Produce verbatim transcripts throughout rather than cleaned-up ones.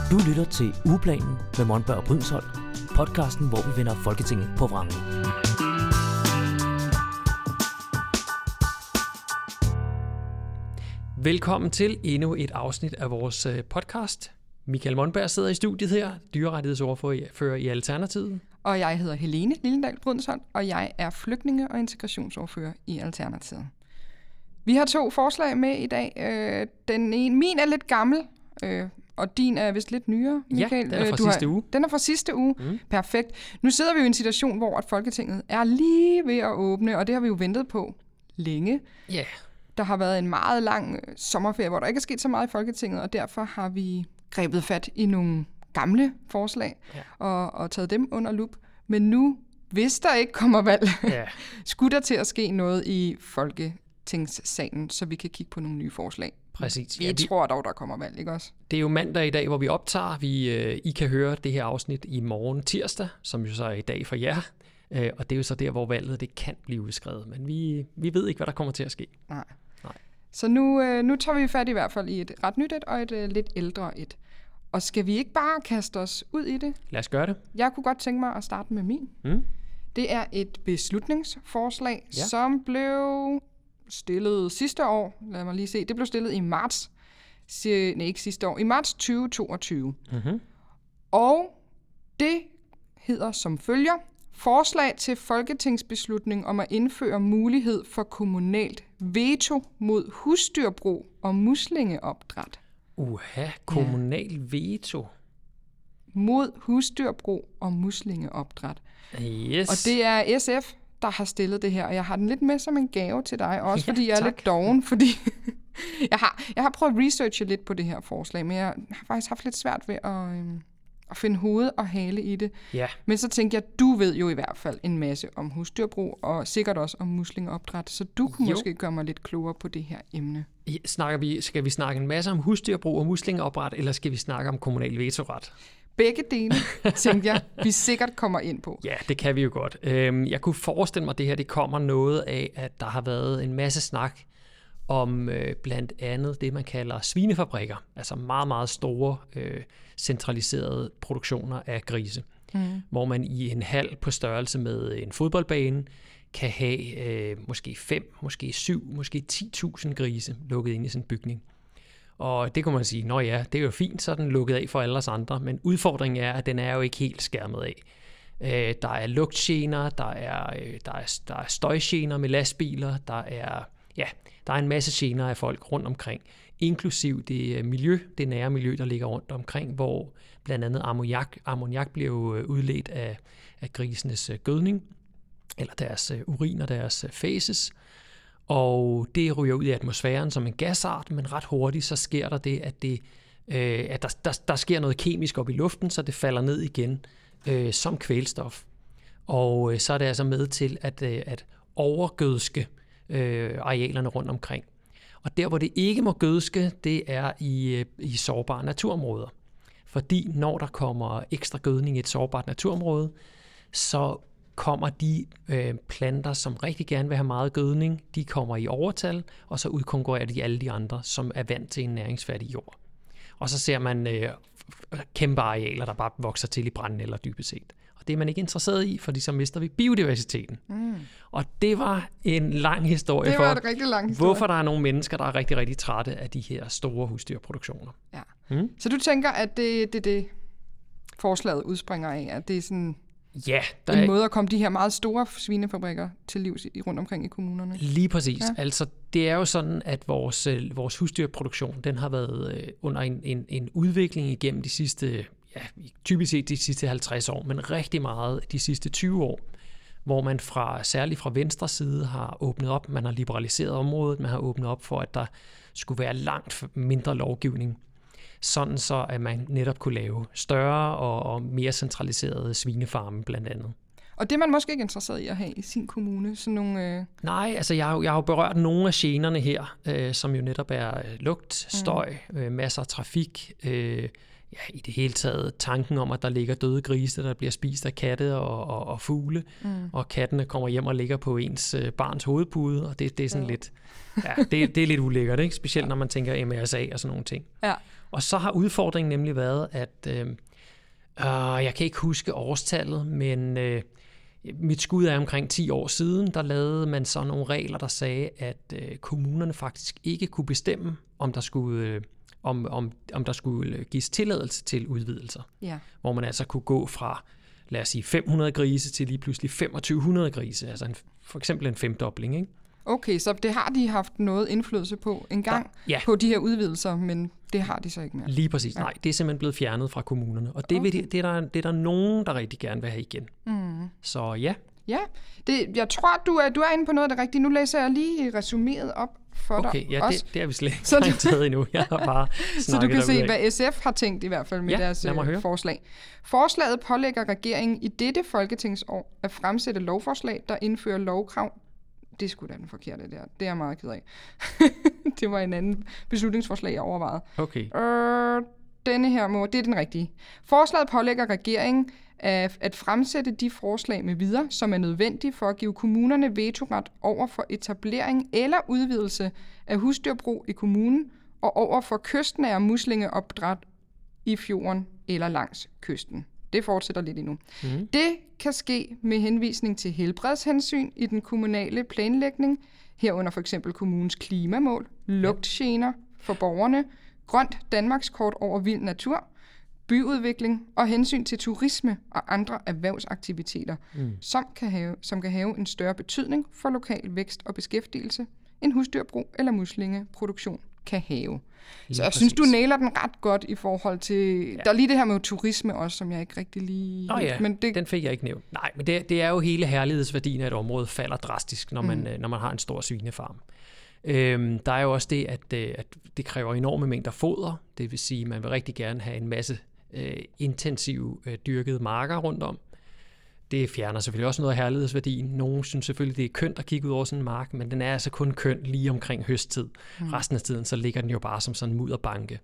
Du lytter til Ugeplanen med Monberg og Brydensholt, podcasten, hvor vi vender Folketinget på vrangen. Velkommen til endnu et afsnit af vores podcast. Michael Monberg sidder i studiet her, dyrerettighedsordfører i Alternativet. Og jeg hedder Helene Lillendal Brydensholt, og jeg er flygtninge- og integrationsordfører i Alternativet. Vi har to forslag med i dag. Den ene, min er lidt gammel, og din er vist lidt nyere, Michael. Ja, den er fra du sidste har, uge. Den er fra sidste uge. Mm. Perfekt. Nu sidder vi jo i en situation, hvor at Folketinget er lige ved at åbne, og det har vi jo ventet på længe. Ja. Yeah. Der har været en meget lang sommerferie, hvor der ikke er sket så meget i Folketinget, og derfor har vi grebet fat i nogle gamle forslag ja. og, og taget dem under lup. Men nu, hvis der ikke kommer valg, ja. skulle der til at ske noget i Folketingssalen, så vi kan kigge på nogle nye forslag. Præcis. Vi ja, tror dog, der kommer valg, ikke også? Det er jo mandag i dag, hvor vi optager. Vi, øh, I kan høre det her afsnit i morgen tirsdag, som jo så er i dag for jer. Øh, og det er jo så der, hvor valget det kan blive udskrevet. Men vi, vi ved ikke, hvad der kommer til at ske. Nej. Nej. Så nu, øh, nu tager vi fat i hvert fald i et ret nyt et og et øh, lidt ældre et. Og skal vi ikke bare kaste os ud i det? Lad os gøre det. Jeg kunne godt tænke mig at starte med min. Mm. Det er et beslutningsforslag, ja. som blev stillet sidste år. Lad mig lige se. Det blev stillet i marts. Nej, ikke sidste år. I marts tyve toogtyve. Mm-hmm. Og det hedder som følger: forslag til folketingsbeslutning om at indføre mulighed for kommunalt veto mod husdyrbrug og muslingeopdræt. Uha, kommunal ja. veto. Mod husdyrbrug og muslingeopdræt. Yes. Og det er S F, der har stillet det her, og jeg har den lidt med som en gave til dig, også ja, fordi jeg er tak. lidt doven, fordi jeg, har, jeg har prøvet at researche lidt på det her forslag, men jeg har faktisk haft lidt svært ved at, øhm, at finde hoved og hale i det. Ja. Men så tænkte jeg, du ved jo i hvert fald en masse om husdyrbrug, og sikkert også om muslingeopdræt, så du kunne jo. måske gøre mig lidt klogere på det her emne. Snakker vi, skal vi snakke en masse om husdyrbrug og muslingeopdræt, eller skal vi snakke om kommunal vetoret? Begge dele, tænkte jeg, vi sikkert kommer ind på. Ja, det kan vi jo godt. Jeg kunne forestille mig, at det her det kommer noget af, at der har været en masse snak om øh, blandt andet det, man kalder svinefabrikker. Altså meget, meget store øh, centraliserede produktioner af grise. Mm. Hvor man i en hal på størrelse med en fodboldbane kan have øh, måske fem, måske syv, måske ti tusind grise lukket ind i sådan en bygning. Og det kunne man sige, nå ja, det er jo fint, så er den lukket af for alle os andre, men udfordringen er, at den er jo ikke helt skærmet af. Øh, der er lugtgener, der er, øh, der er, der er støjgener med lastbiler, der er, ja, der er en masse gener af folk rundt omkring, inklusiv det miljø, det nære miljø, der ligger rundt omkring, hvor blandt andet ammoniak, ammoniak bliver udledt af, af grisenes gødning, eller deres urin og deres fæses. Og det ryger ud i atmosfæren som en gasart, men ret hurtigt så sker der det, at, det, øh, at der, der, der sker noget kemisk op i luften, så det falder ned igen øh, som kvælstof. Og øh, så er det altså med til at, øh, at overgødske øh, arealerne rundt omkring. Og der, hvor det ikke må gødske, det er i, øh, i sårbare naturområder. Fordi når der kommer ekstra gødning i et sårbart naturområde, så kommer de øh, planter, som rigtig gerne vil have meget gødning, de kommer i overtal, og så udkonkurrerer de alle de andre, som er vant til en næringsfattig jord. Og så ser man øh, kæmpe arealer, der bare vokser til i brænde eller dybest set. Og det er man ikke interesseret i, fordi så mister vi biodiversiteten. Mm. Og det var en lang historie det for, var en rigtig lang historie. hvorfor der er nogle mennesker, der er rigtig, rigtig trætte af de her store husdyrproduktioner. Ja. Mm? Så du tænker, at det er det, det, forslaget udspringer af, at det er sådan... Ja, der en er... måde at komme de her meget store svinefabrikker til livs i, rundt omkring i kommunerne. Lige præcis. Ja. Altså, det er jo sådan, at vores, vores husdyrproduktion, den har været under en, en, en udvikling igennem de sidste, ja, typisk set de sidste halvtreds år, men rigtig meget de sidste tyve år, hvor man fra, særligt fra venstre side har åbnet op, man har liberaliseret området, man har åbnet op for, at der skulle være langt mindre lovgivning, sådan så at man netop kunne lave større og, og mere centraliserede svinefarme blandt andet. Og det er man måske ikke interesseret i at have i sin kommune? Sådan nogle, øh... Nej, altså jeg har, jeg har jo berørt nogle af generne her, øh, som jo netop er lugt, støj, mm. øh, masser af trafik, øh, ja, i det hele taget tanken om, at der ligger døde grise, der bliver spist af katte og, og, og fugle, mm. og kattene kommer hjem og ligger på ens øh, barns hovedpude, og det, det er sådan ja. lidt, ja, det, det er lidt ulækkert, ikke? Specielt ja. når man tænker M R S A og sådan nogle ting. Ja. Og så har udfordringen nemlig været, at øh, øh, jeg kan ikke huske årstallet, men øh, mit skud er omkring ti år siden, der lavede man så nogle regler, der sagde, at øh, kommunerne faktisk ikke kunne bestemme, om der skulle... Øh, Om, om, om der skulle gives tilladelse til udvidelser. Ja. Hvor man altså kunne gå fra, lad os sige, fem hundrede grise til lige pludselig femogtyve hundrede grise. Altså en, for eksempel en femdobling, ikke? Okay, så det har de haft noget indflydelse på en gang der, ja. på de her udvidelser, men det har de så ikke mere. Lige præcis. Ja. Nej, det er simpelthen blevet fjernet fra kommunerne. Og det, okay. vil de, det, er der, det er der nogen, der rigtig gerne vil have igen. Mm. Så ja. Ja, det, jeg tror, du er, du er inde på noget af det rigtige. Nu læser jeg lige resuméet op for okay, dig. Ja, også. det, det har vi slet ikke du, taget endnu. Jeg har bare så du kan se, hvad S F har tænkt i hvert fald med ja, deres øh, forslag. Forslaget pålægger regeringen i dette folketingsår at fremsætte lovforslag, der indfører lovkrav. Det er sgu da den forkerte der. Det er jeg meget ked af. Det var en anden beslutningsforslag, jeg overvejede. Okay. Øh, denne her må, det er den rigtige. Forslaget pålægger regeringen at, at fremsætte de forslag med videre, som er nødvendige for at give kommunerne vetoret over for etablering eller udvidelse af husdyrbrug i kommunen og over for kystnære muslingeopdræt i fjorden eller langs kysten. Det fortsætter lidt endnu. Mm. Det kan ske med henvisning til helbredshensyn i den kommunale planlægning, herunder for eksempel kommunens klimamål, lugtgener for borgerne, grønt Danmarkskort over vild natur, byudvikling og hensyn til turisme og andre erhvervsaktiviteter, mm. som, kan have, som kan have en større betydning for lokal vækst og beskæftigelse, end husdyrbrug eller muslingeproduktion kan have. Lige så jeg præcis. synes, du nailer den ret godt i forhold til... Ja. Der er lige det her med turisme også, som jeg ikke rigtig lige... Nå ja, men det... den fik jeg ikke nævnt. Nej, men det, det er jo hele herlighedsværdien af et område falder drastisk, når man, mm. når man har en stor svinefarm. Øhm, der er jo også det, at, at det kræver enorme mængder foder. Det vil sige, at man vil rigtig gerne have en masse øh, intensive øh, dyrkede marker rundt om. Det fjerner selvfølgelig også noget af herlighedsværdien. Nogle synes selvfølgelig, det er kønt at kigge ud over sådan en mark, men den er altså kun køn lige omkring høsttid. Mm. Resten af tiden, så ligger den jo bare som sådan en mudderbanke.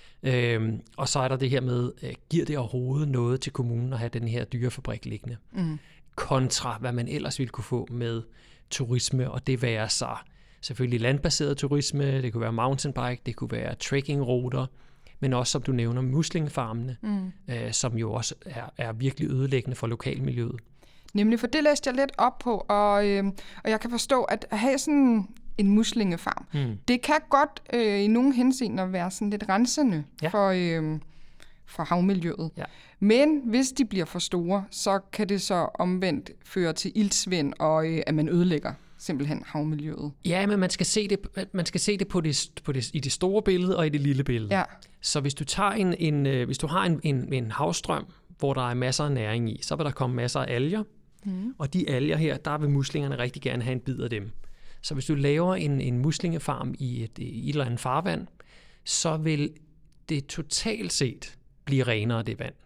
Øhm, og så er der det her med, øh, giver det overhovedet noget til kommunen at have den her dyrefabrik liggende? Mm. Kontra, hvad man ellers ville kunne få med turisme, og det være så selvfølgelig landbaseret turisme, det kunne være mountainbike, det kunne være trekkingruter, men også, som du nævner, muslingefarmene, mm. øh, som jo også er, er virkelig ødelæggende for lokalmiljøet. Nemlig, for det læste jeg lidt op på, og, øh, og jeg kan forstå, at have sådan en muslingefarm, mm. det kan godt øh, i nogle henseender være sådan lidt rensende ja. for, øh, for havmiljøet. Ja. Men hvis de bliver for store, så kan det så omvendt føre til iltsvind, og øh, at man ødelægger simpelthen havmiljøet. Ja, men man skal se det, man skal se det, på det, på det i det store billede og i det lille billede. Ja. Så hvis du tager en, en hvis du har en, en, en havstrøm, hvor der er masser af næring i, så vil der komme masser af alger. Mm. Og de alger her, der vil muslingerne rigtig gerne have en bid af dem. Så hvis du laver en, en muslingefarm i et, i et eller andet farvand, så vil det totalt set blive renere, det vand.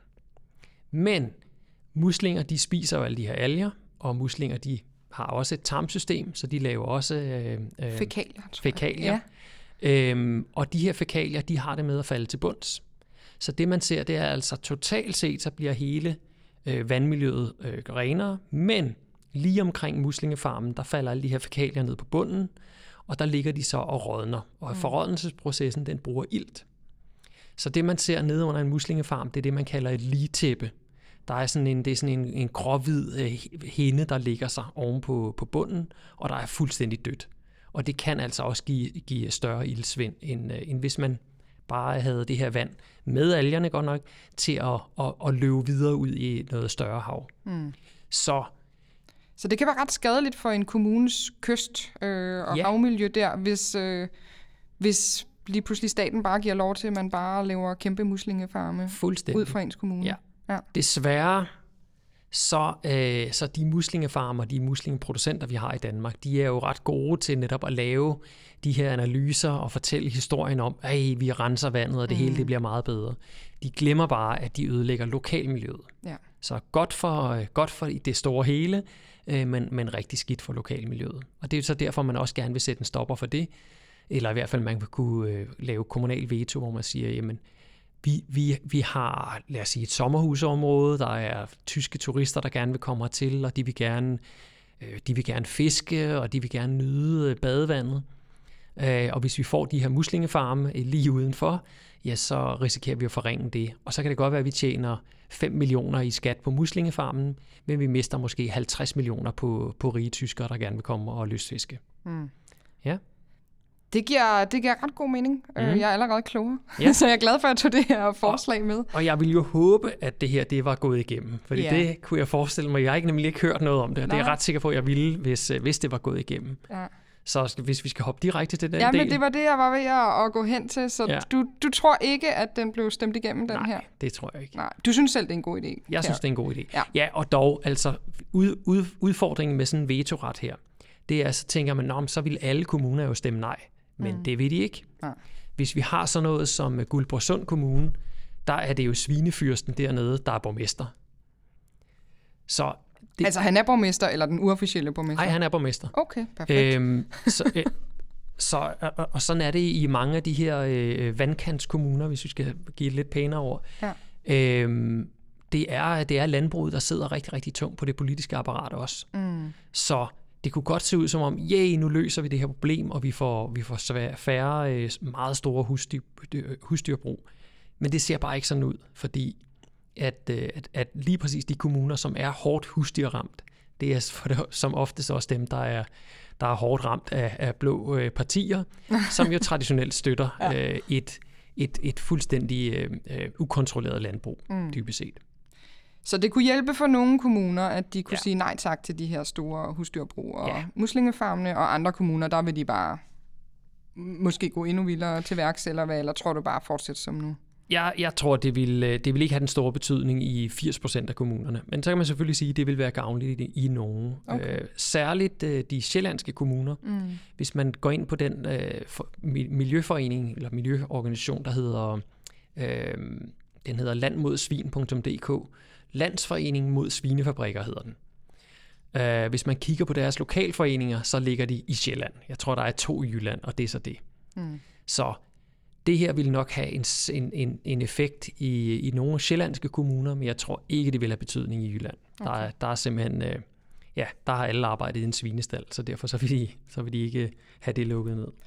Men muslinger, de spiser jo alle de her alger, og muslinger, de har også et tarmsystem, så de laver også øh, øh, fækalier. fækalier. Ja. Øhm, og de her fækalier, de har det med at falde til bunds. Så det man ser, det er altså totalt set, så bliver hele øh, vandmiljøet øh, renere, men lige omkring muslingefarmen, der falder alle de her fækalier ned på bunden, og der ligger de så og rådner. Og mm. forrådnelsesprocessen, den bruger ilt. Så det man ser nede under en muslingefarm, det er det, man kalder et ligetæppe. Der er sådan en, det er sådan en, en gråhvid øh, hinde, der ligger sig oven på, på bunden, og der er fuldstændig dødt. Og det kan altså også give, give større ildsvind, end, øh, end hvis man bare havde det her vand med algerne godt nok, til at, at, at løbe videre ud i noget større hav. Mm. Så, Så det kan være ret skadeligt for en kommunes kyst øh, og ja. havmiljø der, hvis, øh, hvis lige pludselig staten bare giver lov til, at man bare laver kæmpe muslingefarme ud fra ens kommune. Ja. Ja. Desværre, så, øh, så de muslingefarmer, de muslingeproducenter, vi har i Danmark, de er jo ret gode til netop at lave de her analyser og fortælle historien om, at vi renser vandet, og det mm. hele det bliver meget bedre. De glemmer bare, at de ødelægger lokalmiljøet. Ja. Så godt for, godt for det store hele, øh, men, men rigtig skidt for lokalmiljøet. Og det er så derfor, man også gerne vil sætte en stopper for det, eller i hvert fald man vil kunne øh, lave kommunal veto, hvor man siger, jamen, vi, vi, vi har, lad os sige, et sommerhusområde, der er tyske turister, der gerne vil komme hertil, og de vil gerne, øh, de vil gerne fiske, og de vil gerne nyde badevandet. Øh, og hvis vi får de her muslingefarme lige udenfor, ja, så risikerer vi at forringe det. Og så kan det godt være, at vi tjener fem millioner i skat på muslingefarmen, men vi mister måske halvtreds millioner på, på rige tyskere, der gerne vil komme og lystfiske. Mm. Ja. Det giver, det giver ret god mening. Mm. Jeg er allerede klogere, ja. Så jeg er glad for, at jeg tog det her forslag med. Og, og jeg ville jo håbe, at det her det var gået igennem, fordi ja. det kunne jeg forestille mig. Jeg har ikke nemlig ikke hørt noget om det, og det er jeg ret sikker på, at jeg ville, hvis, hvis det var gået igennem. Ja. Så skal, hvis vi skal hoppe direkte til den ja, del. Ja, men det var det, jeg var ved at, at gå hen til, så ja. du, du tror ikke, at den blev stemt igennem, den Nej, her? Nej, det tror jeg ikke. Nej, du synes selv, det er en god idé? Jeg synes, det er en god idé. Ja, ja og dog, altså, ud, ud, udfordringen med sådan en vetoret her, det er, så tænker man, nå, så vil alle kommuner jo stemme nej. Men mm. det vil de ikke. Ja. Hvis vi har sådan noget som Guldborgsund Kommune, der er det jo svinefyrsten dernede, der er borgmester. Så det... Altså han er borgmester, eller den uofficielle borgmester? Nej, han er borgmester. Okay, perfekt. Øhm, så, øh, så, og, og sådan er det i mange af de her øh, vandkantskommuner, hvis vi skal give et lidt pænere ord. Ja. Øhm, det, er, det er landbruget, der sidder rigtig, rigtig tungt på det politiske apparat også. Mm. Så det kunne godt se ud som om, yeah, nu løser vi det her problem, og vi får, vi får færre, meget store husdyr, husdyrbrug. Men det ser bare ikke sådan ud, fordi at, at, at lige præcis de kommuner, som er hårdt husdyrramt, det er for det, som oftest også dem, der er, der er hårdt ramt af, af blå øh, partier, som jo traditionelt støtter ja. øh, et, et, et fuldstændig øh, ukontrolleret landbrug, mm. dybest set. Så det kunne hjælpe for nogle kommuner, at de kunne ja. sige nej tak til de her store husdyrbrug og ja. muslingefarmene, og andre kommuner, der vil de bare måske gå endnu vildere til værks, eller hvad, eller tror du bare fortsætte som nu? Jeg, jeg tror, det vil, det vil ikke have den store betydning i firs procent af kommunerne. Men så kan man selvfølgelig sige, at det vil være gavnligt i, i nogen. Okay. Øh, særligt øh, de sjællandske kommuner. Mm. Hvis man går ind på den øh, for, miljøforening eller miljøorganisation, der hedder, øh, den hedder landmodsvin punktum d k. Landsforeningen mod svinefabrikker hedder den. Uh, hvis man kigger på deres lokalforeninger, så ligger de i Sjælland. Jeg tror, der er to i Jylland, og det er så det. Mm. Så det her vil nok have en, en, en effekt i, i nogle sjællandske kommuner, men jeg tror ikke, det vil have betydning i Jylland. Okay. Der, er, der er simpelthen, uh, ja, der har alle arbejdet i en svinestald, så derfor så vil, de, så vil de ikke have det lukket ned.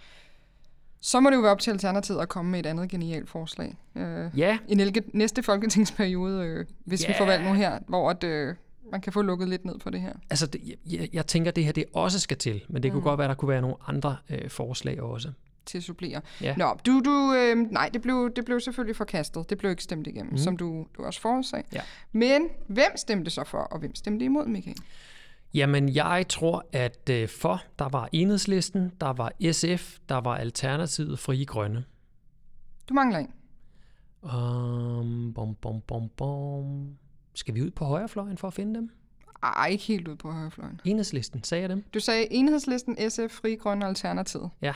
Så må det jo være op til Alternativet at komme med et andet genialt forslag. Øh, ja. I næste folketingsperiode, øh, hvis ja. vi får valgt nu her, hvor at, øh, man kan få lukket lidt ned for det her. Altså, det, jeg, jeg tænker, at det her det også skal til, men det mm. kunne godt være, at der kunne være nogle andre øh, forslag også. Til at supplere. Ja. Nå, du, du, øh, nej, det blev, det blev selvfølgelig forkastet. Det blev ikke stemt igennem, mm. som du, du også forudsagde. Ja. Men hvem stemte så for, og hvem stemte imod, Michael? Jamen, jeg tror, at øh, for, der var Enhedslisten, der var S F, der var Alternativet, Frie Grønne. Du mangler en. Um, bom, bom, bom, bom. Skal vi ud på højrefløjen for at finde dem? Ej, ikke helt ud på højrefløjen. Enhedslisten, sagde jeg dem? Du sagde Enhedslisten, S F, Frie Grønne og Alternativet. Ja.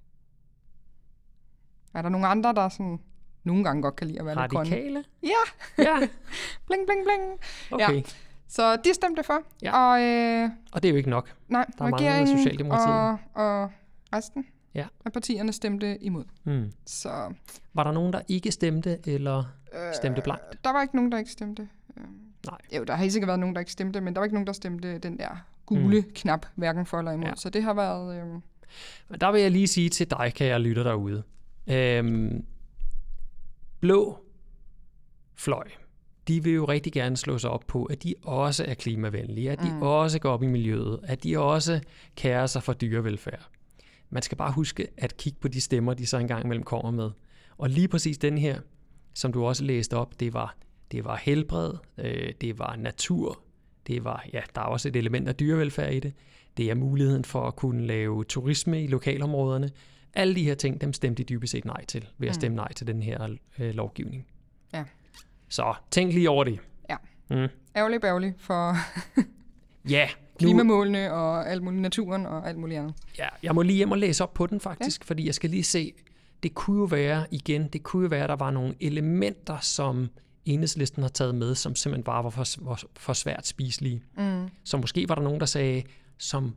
Er der nogle andre, der sådan nogle gange godt kan lide at være lidt grønne? Radikale? Ja. Ja. bling, bling, bling. Okay. Ja. Så de stemte for. Ja. Og, øh, og det er jo ikke nok. Nej, der er regeringen Socialdemokratiet. Og, og resten ja. af partierne stemte imod. Hmm. Så, var der nogen, der ikke stemte, eller stemte blankt? Øh, der var ikke nogen, der ikke stemte. Nej. Jo, der har helt sikkert været nogen, der ikke stemte, men der var ikke nogen, der stemte den der gule hmm. knap, hverken for eller imod. Ja. Så det har været... Øh... Men der vil jeg lige sige til dig, kan jeg lytte derude. Øhm, blå fløj. De vil jo rigtig gerne slå sig op på, at de også er klimavenlige, at de mm. også går op i miljøet, at de også kærer sig for dyrevelfærd. Man skal bare huske at kigge på de stemmer, de så engang imellem kommer med. Og lige præcis den her, som du også læste op, det var, det var helbred, øh, det var natur, det var, ja, der er også et element af dyrevelfærd i det. Det er muligheden for at kunne lave turisme i lokalområderne. Alle de her ting, dem stemte de dybest set nej til, ved at stemme nej til den her øh, lovgivning. Ja. Så tænk lige over det. Ja. Mm. Ærgerlig bærgerlig for ja, klimamålene og alt muligt, naturen og alt muligt andet. Ja, jeg må lige hjem og læse op på den faktisk, ja. Fordi jeg skal lige se, det kunne jo være igen, det kunne jo være, at der var nogle elementer, som Enhedslisten har taget med, som simpelthen bare var for, for, for svært spiselige. Mm. Så måske var der nogen, der sagde, som,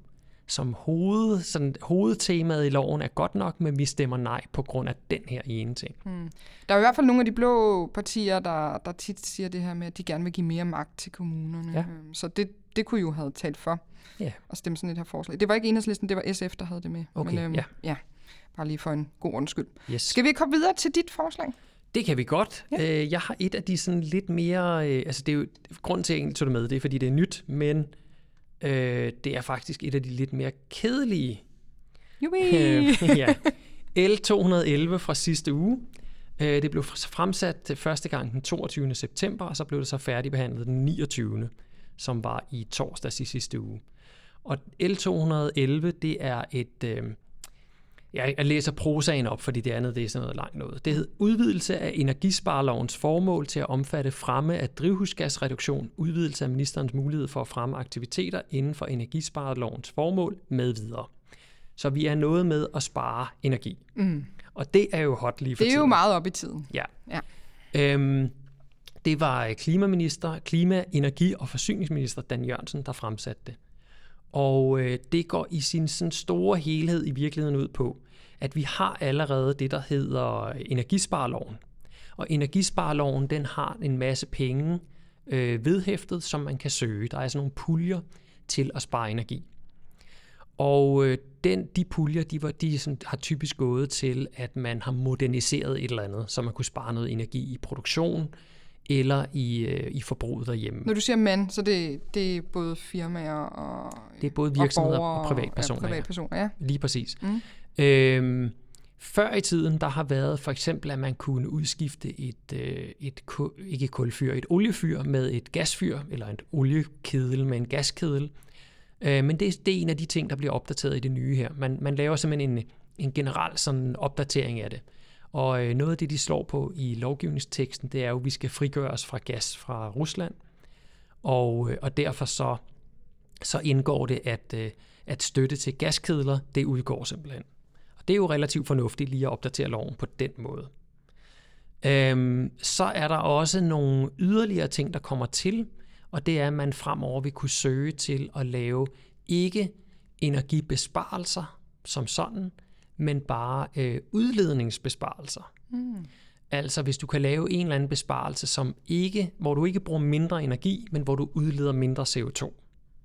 som hoved, sådan, hovedtemaet i loven er godt nok, men vi stemmer nej på grund af den her ene ting. Hmm. Der er i hvert fald nogle af de blå partier, der, der tit siger det her med, at de gerne vil give mere magt til kommunerne. Ja. Så det, det kunne jo have talt for ja. at stemme sådan et her forslag. Det var ikke Enhedslisten, det var S F, der havde det med. Okay, men, øhm, ja. ja. Bare lige for en god undskyld. Yes. Skal vi komme videre til dit forslag? Det kan vi godt. Ja. Jeg har et af de sådan lidt mere... Altså det er jo... Grunden til, at jeg egentlig tog det med, det er, fordi det er nyt, men øh, det er faktisk et af de lidt mere kedelige. Jubi! ja. L to hundrede og elleve fra sidste uge. Det blev fremsat første gang den toogtyvende september, og så blev det så færdigbehandlet den niogtyvende, som var i torsdags i sidste uge. Og L to hundrede og elleve, det er et... Øh, jeg læser prosaen op, fordi det andet det er sådan noget langt noget. Det hedder udvidelse af energisparelovens formål til at omfatte fremme af drivhusgasreduktion, udvidelse af ministerens mulighed for at fremme aktiviteter inden for energisparelovens formål med videre. Så vi er noget med at spare energi. Mm. Og det er jo hot lige for tiden. Det er tiden. Jo meget op i tiden. Ja. ja. Øhm, det var klimaminister, klima-, energi- og forsyningsminister Dan Jørgensen, der fremsatte det. Og øh, det går i sin sådan store helhed i virkeligheden ud på, at vi har allerede det, der hedder energispareloven. Og energispareloven, den har en masse penge øh, vedhæftet, som man kan søge. Der er sådan nogle puljer til at spare energi. Og øh, den, de puljer, de, var, de sådan, har typisk gået til, at man har moderniseret et eller andet, så man kunne spare noget energi i produktion eller i, øh, i forbruget derhjemme. Når du siger man, så det, det er både firmaer og det er både virksomheder og, og privatpersoner. Ja, privatpersoner, ja. Lige præcis. Mm. Øhm, før i tiden, der har været for eksempel, at man kunne udskifte et, øh, et ikke et kulfyr, et oliefyr med et gasfyr, eller et oliekedel med en gaskedel. Øh, men det, det er en af de ting, der bliver opdateret i det nye her. Man, man laver simpelthen en, en generel sådan opdatering af det. Og øh, noget af det, de slår på i lovgivningsteksten, det er jo, at vi skal frigøre os fra gas fra Rusland. Og, øh, og derfor så, så indgår det, at, øh, at støtte til gaskedler, det udgår simpelthen. Og det er jo relativt fornuftigt lige at opdatere loven på den måde. Øhm, så er der også nogle yderligere ting, der kommer til, og det er, at man fremover vil kunne søge til at lave ikke energibesparelser som sådan, men bare øh, udledningsbesparelser. Mm. Altså hvis du kan lave en eller anden besparelse, som ikke, hvor du ikke bruger mindre energi, men hvor du udleder mindre C O to.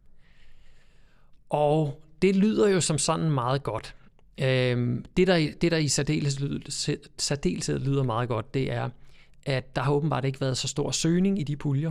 Og det lyder jo som sådan meget godt. Øhm, det, der, det, der i særdeleshed, særdeleshed lyder meget godt, det er, at der har åbenbart ikke været så stor søgning i de puljer.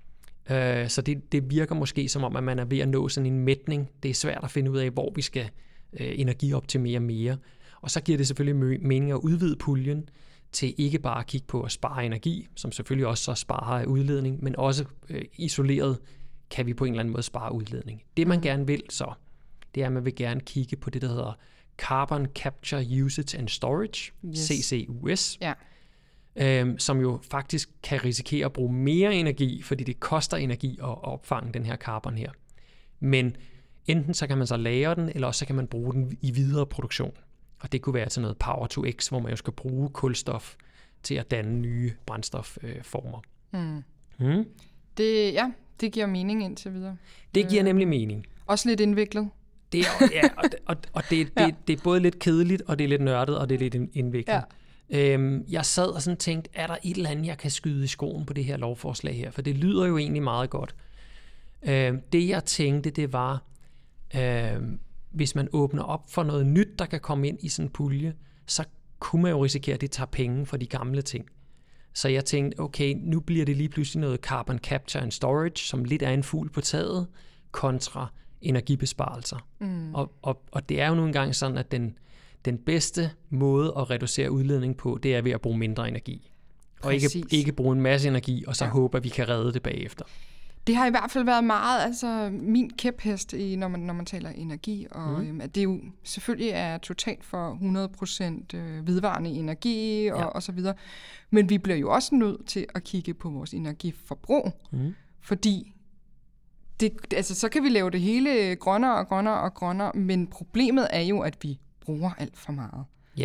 Øh, så det, det virker måske som om, at man er ved at nå sådan en mætning. Det er svært at finde ud af, hvor vi skal øh, energioptimere mere. Og så giver det selvfølgelig mening at udvide puljen til ikke bare at kigge på at spare energi, som selvfølgelig også så sparer udledning, men også øh, isoleret kan vi på en eller anden måde spare udledning. Det man gerne vil så, det er, at man vil gerne kigge på det, der hedder Carbon Capture Usage and Storage, yes. C C U S, ja. øhm, som jo faktisk kan risikere at bruge mere energi, fordi det koster energi at opfange den her carbon her. Men enten så kan man så lagre den, eller også så kan man bruge den i videre produktion. Og det kunne være til noget Power to X, hvor man jo skal bruge kulstof til at danne nye brændstofformer. Mm. Mm. Det, ja, det giver mening indtil videre. Det giver øh, nemlig mening. Også lidt indviklet. Det er, ja, og, og, og det, det, ja. det, det er både lidt kedeligt, og det er lidt nørdet, og det er lidt indviklet. Ja. Øhm, jeg sad og sådan tænkte, er der et eller andet, jeg kan skyde i skoen på det her lovforslag her? For det lyder jo egentlig meget godt. Øhm, det jeg tænkte, det var, øhm, hvis man åbner op for noget nyt, der kan komme ind i sådan en pulje, så kunne man jo risikere, at det tager penge for de gamle ting. Så jeg tænkte, okay, nu bliver det lige pludselig noget Carbon Capture and Storage, som lidt er en fugl på taget, kontra energibesparelser. Mm. Og, og, og det er jo nu engang sådan, at den, den bedste måde at reducere udledning på, det er ved at bruge mindre energi. Og ikke, ikke bruge en masse energi, og så ja. håbe, at vi kan redde det bagefter. Det har i hvert fald været meget altså min kæphest, i, når, man, når man taler energi, og mm. øhm, at det jo selvfølgelig er totalt for hundrede procent øh, vedvarende energi og, ja. og så videre. Men vi bliver jo også nødt til at kigge på vores energiforbrug, mm. fordi det, altså, så kan vi lave det hele grønnere og grønnere og grønnere, men problemet er jo, at vi bruger alt for meget. Ja.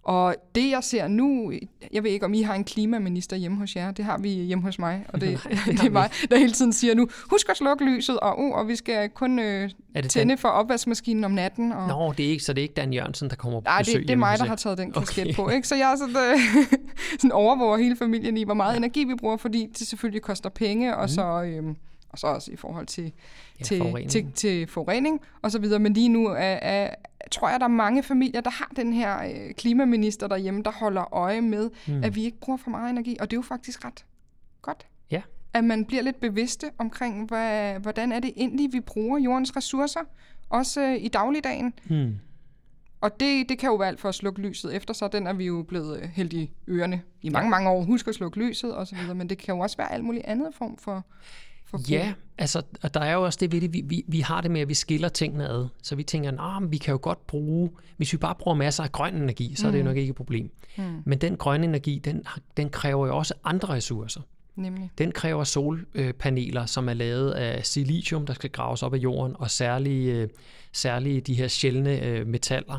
Og det, jeg ser nu, jeg ved ikke, om I har en klimaminister hjemme hos jer, det har vi hjemme hos mig, og det, Nej, det, det er mig, der hele tiden siger nu, husk at slukke lyset, og, uh, og vi skal kun øh, tænde Dan... for opvaskemaskinen om natten. Og... Nå, det er ikke, så det er ikke Dan Jørgensen, der kommer på Nej, besøg. Nej, det, det er mig, der har taget den kasket okay. på, ikke? Så jeg er sådan, øh, sådan overvåger hele familien i, hvor meget ja. energi vi bruger, fordi det selvfølgelig koster penge, og mm. så... Øh, og så også i forhold til, ja, til, forurening. Til, til forurening og så videre. Men lige nu er, er, tror jeg, der er mange familier, der har den her øh, klimaminister derhjemme, der holder øje med, mm. at vi ikke bruger for meget energi. Og det er jo faktisk ret godt. Ja. At man bliver lidt bevidste omkring, hvad, hvordan er det egentlig, vi bruger jordens ressourcer, også øh, i dagligdagen. Mm. Og det, det kan jo være alt for at slukke lyset efter, så den er vi jo blevet hældt i ørerne i mange, ja. mange år. Husk at slukke lyset og så videre. Men det kan jo også være alt muligt andet form for... Ja, altså, og der er jo også det ved det, vi, vi, vi har det med, at vi skiller tingene ad. Så vi tænker, nah, vi kan jo godt bruge, hvis vi bare bruger masser af grøn energi, så mm. er det jo nok ikke et problem. Mm. Men den grønne energi, den, den kræver jo også andre ressourcer. Nemlig. Den kræver solpaneler, som er lavet af silicium, der skal graves op af jorden, og særlige, særlige de her sjældne metaller.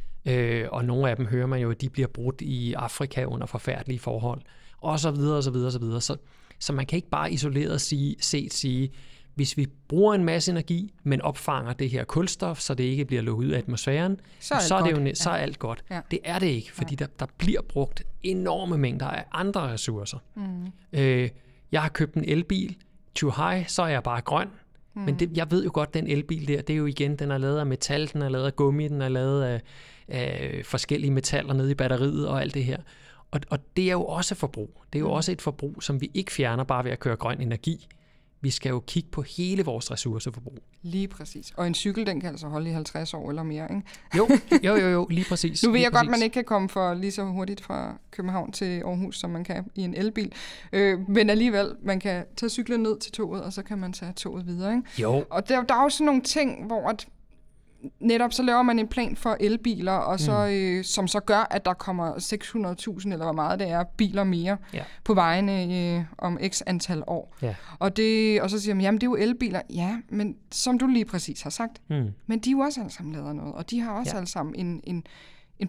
Og nogle af dem hører man jo, at de bliver brudt i Afrika under forfærdelige forhold, og så videre, og så videre, og så videre. Så Så man kan ikke bare isoleret sige, set sige, hvis vi bruger en masse energi, men opfanger det her kulstof, så det ikke bliver lukket ud af atmosfæren, så er, så er, det jo, så er alt godt. Ja. Det er det ikke, fordi der, der bliver brugt enorme mængder af andre ressourcer. Mm. Øh, jeg har købt en elbil, too high, så er jeg bare grøn. Mm. Men det, jeg ved jo godt, den elbil der, det er jo igen, den er lavet af metal, den er lavet af gummi, den er lavet af, af forskellige metaller nede i batteriet og alt det her. Og, og det er jo også forbrug. Det er jo mm. også et forbrug, som vi ikke fjerner bare ved at køre grøn energi. Vi skal jo kigge på hele vores ressourceforbrug. Lige præcis. Og en cykel, den kan altså holde i halvtreds år eller mere, ikke? Jo, jo, jo, jo lige præcis. Nu ved jeg præcis. godt, man ikke kan komme for lige så hurtigt fra København til Aarhus, som man kan i en elbil. Øh, men alligevel, man kan tage cyklen ned til toget, og så kan man tage toget videre, ikke? Jo. Og der, der er jo sådan nogle ting, hvor... At netop så laver man en plan for elbiler, og så, mm. øh, som så gør, at der kommer seks hundrede tusind, eller hvor meget det er, biler mere ja. på vejene øh, om x antal år. Ja. Og, det, og så siger man, jamen det er jo elbiler. Ja, men som du lige præcis har sagt, mm. men de er jo også alle sammen lavet noget, og de har også ja. alle sammen en, en, en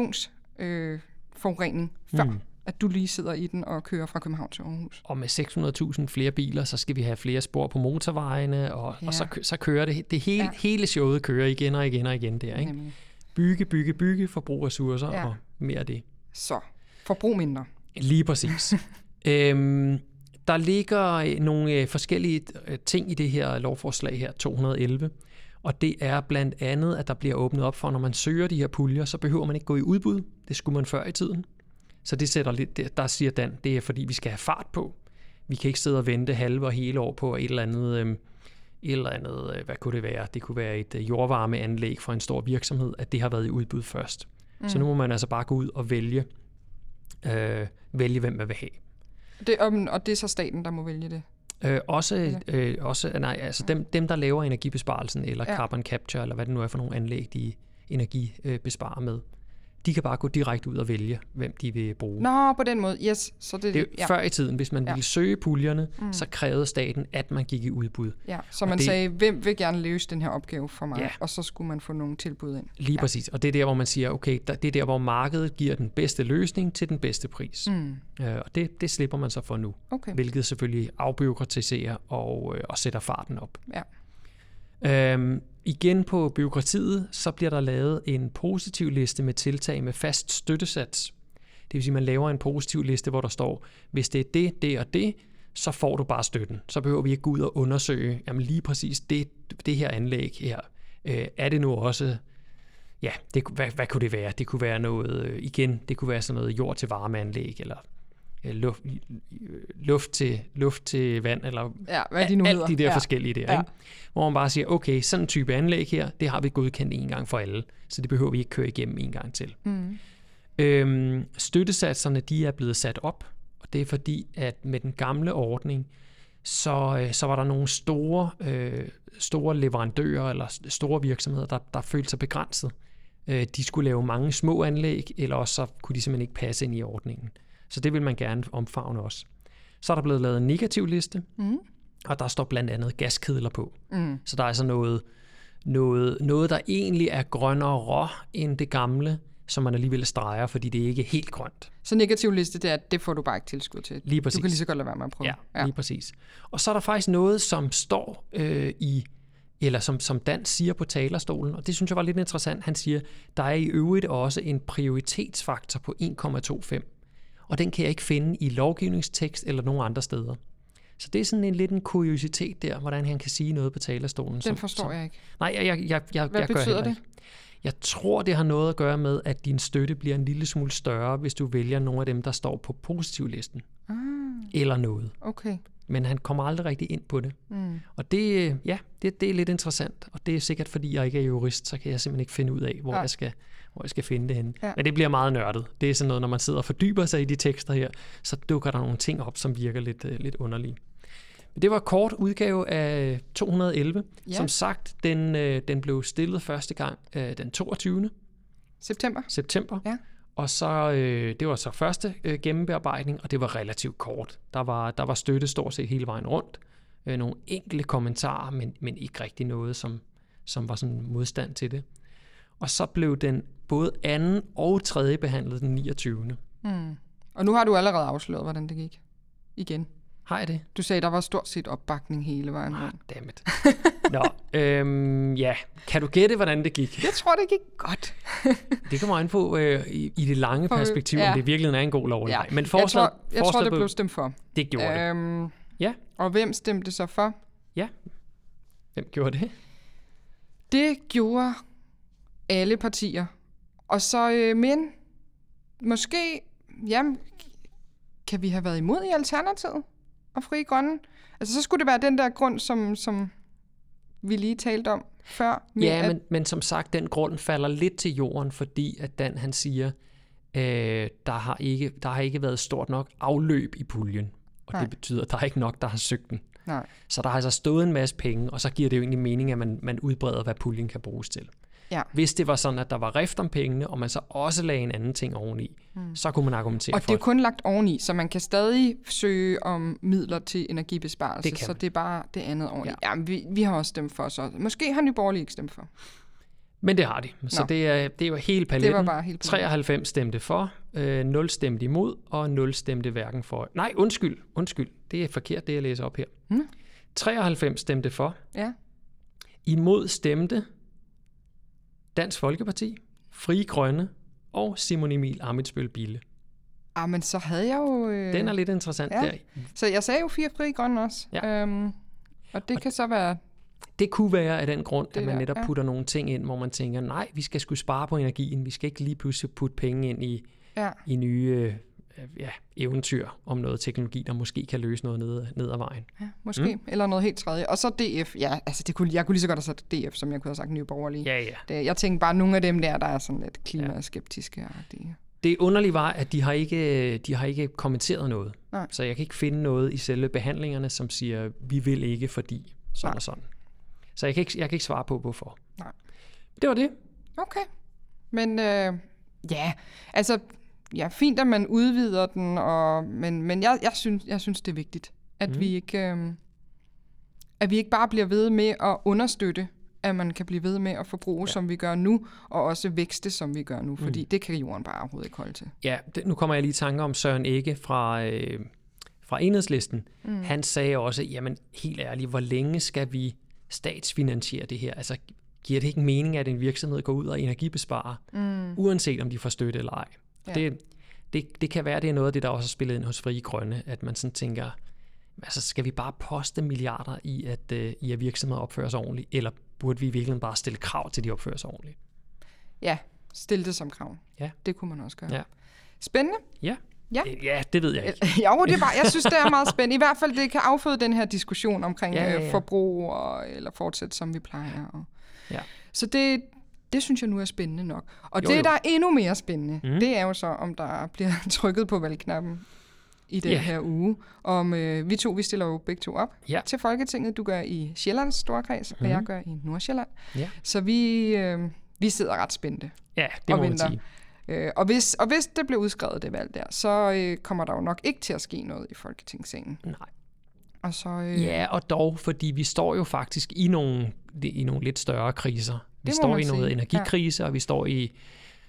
produktionsforurening øh, før. Mm. at du lige sidder i den og kører fra København til Aarhus. Og med seks hundrede tusind flere biler, så skal vi have flere spor på motorvejene, og, ja. og så, så kører det, det hele, ja. hele showet kører igen og igen og igen der, ikke? Nemlig. Bygge, bygge, bygge, forbrug ressourcer ja. og mere af det. Så, forbrug mindre. Lige præcis. øhm, der ligger nogle forskellige ting i det her lovforslag her, to hundrede og elleve, og det er blandt andet, at der bliver åbnet op for, når man søger de her puljer, så behøver man ikke gå i udbud. Det skulle man før i tiden. Så det sætter lidt, der siger Dan, det er fordi, vi skal have fart på. Vi kan ikke sidde og vente halve og hele år på et eller andet, øh, et eller andet øh, hvad kunne det være? Det kunne være et øh, jordvarmeanlæg for en stor virksomhed, at det har været i udbud først. Mm. Så nu må man altså bare gå ud og vælge, øh, vælge hvem man vil have. Det, um, og det er så staten, der må vælge det? Øh, også, øh, også nej, altså dem, dem, der laver energibesparelsen, eller ja. carbon capture, eller hvad det nu er for nogle anlæg, de energibesparer med. De kan bare gå direkte ud og vælge, hvem de vil bruge. Nå, på den måde, yes. Så det, det ja. Før i tiden, hvis man ja. ville søge puljerne, mm. så krævede staten, at man gik i udbud. Ja, så man det, sagde, hvem vil gerne løse den her opgave for mig? Ja. Og så skulle man få nogle tilbud ind. Lige ja. præcis. Og det er der, hvor man siger, okay, det er der, hvor markedet giver den bedste løsning til den bedste pris. Mm. Øh, og det, det slipper man så for nu. Okay. Hvilket selvfølgelig afbureaukratiserer og, øh, og sætter farten op. Ja. Øhm, igen på bureaukratiet, så bliver der lavet en positiv liste med tiltag med fast støttesats. Det vil sige, at man laver en positiv liste, hvor der står, hvis det er det, det og det, så får du bare støtten. Så behøver vi ikke gå ud og undersøge, jamen lige præcis det, det her anlæg her. Øh, er det nu også, ja, det, hvad, hvad kunne det være? Det kunne være noget, igen, det kunne være sådan noget jord til varmeanlæg, eller Luft, luft, til, luft til vand, eller ja, hvad de nu alt hedder. de der ja. forskellige der. Ja. Ikke? Hvor man bare siger, okay, sådan en type anlæg her, det har vi godkendt en gang for alle, så det behøver vi ikke køre igennem en gang til. Mm. Øhm, støttesatserne, de er blevet sat op, og det er fordi, at med den gamle ordning, så, så var der nogle store, øh, store leverandører, eller store virksomheder, der, der følte sig begrænset. Øh, de skulle lave mange små anlæg, eller også så kunne de simpelthen ikke passe ind i ordningen. Så det vil man gerne omfavne også. Så er der blevet lavet en negativ liste, mm. og der står blandt andet gaskedler på. Mm. Så der er altså noget, noget, noget, der egentlig er grønnere end det gamle, som man alligevel streger, fordi det ikke er helt grønt. Så negativ liste, det er, at det får du bare ikke tilskud til. Lige præcis. Du kan lige så godt lade være med at prøve. Ja, ja. Lige præcis. Og så er der faktisk noget, som står øh, i, eller som, som Dan siger på talerstolen, og det synes jeg var lidt interessant. Han siger, der er i øvrigt også en prioritetsfaktor på en komma femogtyve, og den kan jeg ikke finde i lovgivningstekst eller nogen andre steder. Så det er sådan en lidt en kuriositet der, hvordan han kan sige noget på talerstolen. Den som, forstår som, jeg ikke. Nej, jeg, jeg, jeg, jeg, Hvad jeg gør betyder det? ikke. Jeg tror, det har noget at gøre med, at din støtte bliver en lille smule større, hvis du vælger nogle af dem, der står på positivlisten. Ah, Eller noget. okay. Men han kommer aldrig rigtig ind på det. Mm. Og det, ja, det, det er lidt interessant. Og det er sikkert, fordi jeg ikke er jurist, så kan jeg simpelthen ikke finde ud af, hvor, jeg skal, hvor jeg skal finde det henne. Ja. Men det bliver meget nørdet. Det er sådan noget, når man sidder og fordyber sig i de tekster her, så dukker der nogle ting op, som virker lidt, uh, lidt underlige. Men det var kort udgave af to hundrede og elleve. Ja. Som sagt, den, øh, den blev stillet første gang øh, den toogtyvende September? september. Ja. Og så, øh, det var så første øh, gennembearbejdning, og det var relativt kort. Der var, der var støtte stort set hele vejen rundt. Øh, nogle enkelte kommentarer, men, men ikke rigtig noget, som, som var sådan modstand til det. Og så blev den både anden og tredje behandlet den niogtyvende Mm. Og nu har du allerede afsløret, hvordan det gik. Igen. Har jeg det? Du sagde, der var stort set opbakning hele vejen Ah, rundt. dammit. Nå, øhm, ja. Kan du gætte, hvordan det gik? Jeg tror, det gik godt. Det kommer an på øh, i, i det lange perspektiv, ja. om det virkelig er en god lov eller Ja. ej. Men Jeg forslaget, tror, jeg tror det blev stemt for. Det gjorde det. Øhm, Ja. Og hvem stemte så for? Ja. Hvem gjorde det? Det gjorde alle partier. Og så, øh, men måske, jamen, kan vi have været imod i Alternativet og Frie Grønne? Altså, så skulle det være den der grund, som, som vi lige talte om før. Med Ja, at, men, men som sagt, den grund falder lidt til jorden, fordi at Dan, han siger, øh, der, har ikke, der har ikke været stort nok afløb i puljen. Og Nej. det betyder, at der er ikke nok, der har søgt den. Nej. Så der har altså stået en masse penge, og så giver det jo egentlig mening, at man, man udbreder, hvad puljen kan bruges til. Ja. Hvis det var sådan, at der var rift om pengene, og man så også lagde en anden ting oveni, mm. så kunne man argumentere Og for det er kun lagt oveni, så man kan stadig søge om midler til energibesparelse, Det kan så man. det er bare det andet oveni. Ja. Ja, ja vi, vi har også stemt for, så måske har Nye Borgerlige ikke stemt for. Men det har de. Så Nå. det er, det er jo hele paletten. Det var bare helt paletten. treoghalvfems stemte for, øh, nul stemte imod, og nul stemte hverken for. Nej, undskyld, undskyld. Det er forkert, det jeg læser op her. Hmm? treoghalvfems stemte for, Ja. imod stemte Dansk Folkeparti, Frie Grønne og Simon Emil Ammitzbøll Bille. Ah, men så havde jeg jo... Øh... Den er lidt interessant ja. der. Så jeg sagde jo fire Frie Grønne også. Ja. Øhm, og det og kan så være... Det kunne være af den grund, Det at man der, netop ja. putter nogle ting ind, hvor man tænker, nej, vi skal skulle spare på energien. Vi skal ikke lige pludselig putte penge ind i, Ja. i nye øh, ja, eventyr om noget teknologi, der måske kan løse noget ned, ned ad vejen. Ja, måske. Mm. Eller noget helt tredje. Og så D F. Ja, altså det kunne, jeg kunne lige så godt have sagt D F, som jeg kunne have sagt Nye Borgerlige. Ja, ja. Det, jeg tænkte bare, nogle af dem der, der er sådan lidt klimaskeptiske. Ja. Det underlige var, at de har ikke, de har ikke kommenteret noget. Nej. Så jeg kan ikke finde noget i selve behandlingerne, som siger, vi vil ikke, fordi sådan Nej. og sådan. Så jeg kan, ikke, jeg kan ikke svare på, hvorfor. Nej. Det var det. Okay. Men øh, ja, altså, ja, fint, at man udvider den, og, men, men jeg, jeg, synes, jeg synes, det er vigtigt, at, mm. vi ikke, øh, at vi ikke bare bliver ved med at understøtte, at man kan blive ved med at forbruge, ja. som vi gør nu, og også vækste, som vi gør nu, fordi mm. det kan jorden bare overhovedet ikke holde til. Ja, det, nu kommer jeg lige i tanke om Søren Egge fra, øh, fra Enhedslisten. Mm. Han sagde også, jamen helt ærligt, hvor længe skal vi statsfinansiere det her? Altså, giver det ikke mening, at en virksomhed går ud og energibesparer, mm. uanset om de får støtte eller ej? Ja. Det, det, det kan være, det er noget af det, der også er spillet ind hos Frie Grønne, at man sådan tænker, altså skal vi bare poste milliarder i, at, øh, i at virksomheder opfører sig ordentligt, eller burde vi i virkeligheden bare stille krav til, at de opfører sig ordentligt? Ja, stille det som krav. Ja. Det kunne man også gøre. Ja. Spændende. Ja. Ja. Ja, det ved jeg ikke. Jo, det er bare, jeg synes, det er meget spændende. I hvert fald, det kan afføde den her diskussion omkring ja, ja, ja. forbrug, og, eller fortsæt, som vi plejer. Og. Ja. Så det, det synes jeg nu er spændende nok. Og jo, det, jo. der er endnu mere spændende, mm. det er jo så, om der bliver trykket på valgknappen i den ja. her uge. Om øh, vi to, vi stiller jo begge to op ja. til Folketinget. Du gør i Sjællands Storkreds, mm. og jeg gør i Nordsjælland. Ja. Så vi, øh, vi sidder ret spændte. Ja, det må man sige. Øh, og, hvis, og hvis det bliver udskrevet, det valg der, så øh, kommer der jo nok ikke til at ske noget i Folketingssalen. Nej. Og så, øh, ja, og dog, fordi vi står jo faktisk i nogle, i nogle lidt større kriser. Vi står i noget sige. energikrise, ja. og vi står i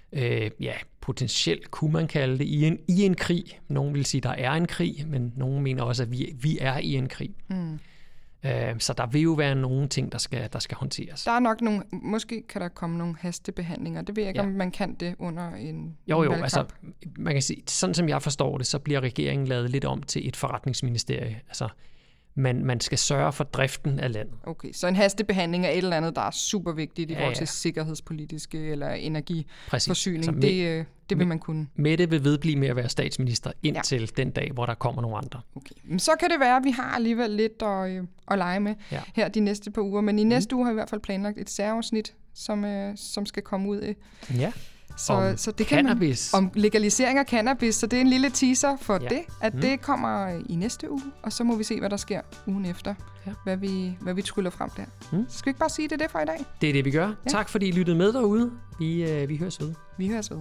øh, ja, potentielt kunne man kalde det, i en, i en krig. Nogen vil sige, der er en krig, men nogen mener også, at vi, vi er i en krig. Mm. Øh, så der vil jo være nogle ting, der skal, der skal håndteres. Der er nok nogle, måske kan der komme nogle hastebehandlinger. Det ved jeg ikke, ja. om man kan det under en Jo, jo, valgkamp. altså, man kan sige, sådan som jeg forstår det, så bliver regeringen lavet lidt om til et forretningsministerie. Altså, man, man skal sørge for driften af landet. Okay, så en hastebehandling er et eller andet, der er super vigtigt i forhold til ja, ja. sikkerhedspolitiske eller energiforsyning. Altså, det, det vil man kunne. Mette vil vedblive med at være statsminister indtil ja. den dag, hvor der kommer nogle andre. Okay, men så kan det være, at vi har alligevel lidt at, øh, at lege med ja. her de næste par uger. Men i mm. næste uge har vi i hvert fald planlagt et særafsnit, som, øh, som skal komme ud i. Ja. Så, om så det cannabis. Kan man, om legalisering af cannabis, så det er en lille teaser for ja. det, at mm. det kommer i næste uge, og så må vi se, hvad der sker ugen efter, ja. hvad, vi, hvad vi tryller frem der. Mm. Så skal vi ikke bare sige, det er det for i dag? Det er det, vi gør. Ja. Tak fordi I lyttede med derude. Vi, øh, vi høres ved. Vi høres ved.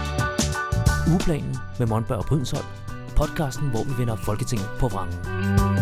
Ugeplanen med Monberg og Brydensholt. Podcasten, hvor vi vender Folketinget på vrangen.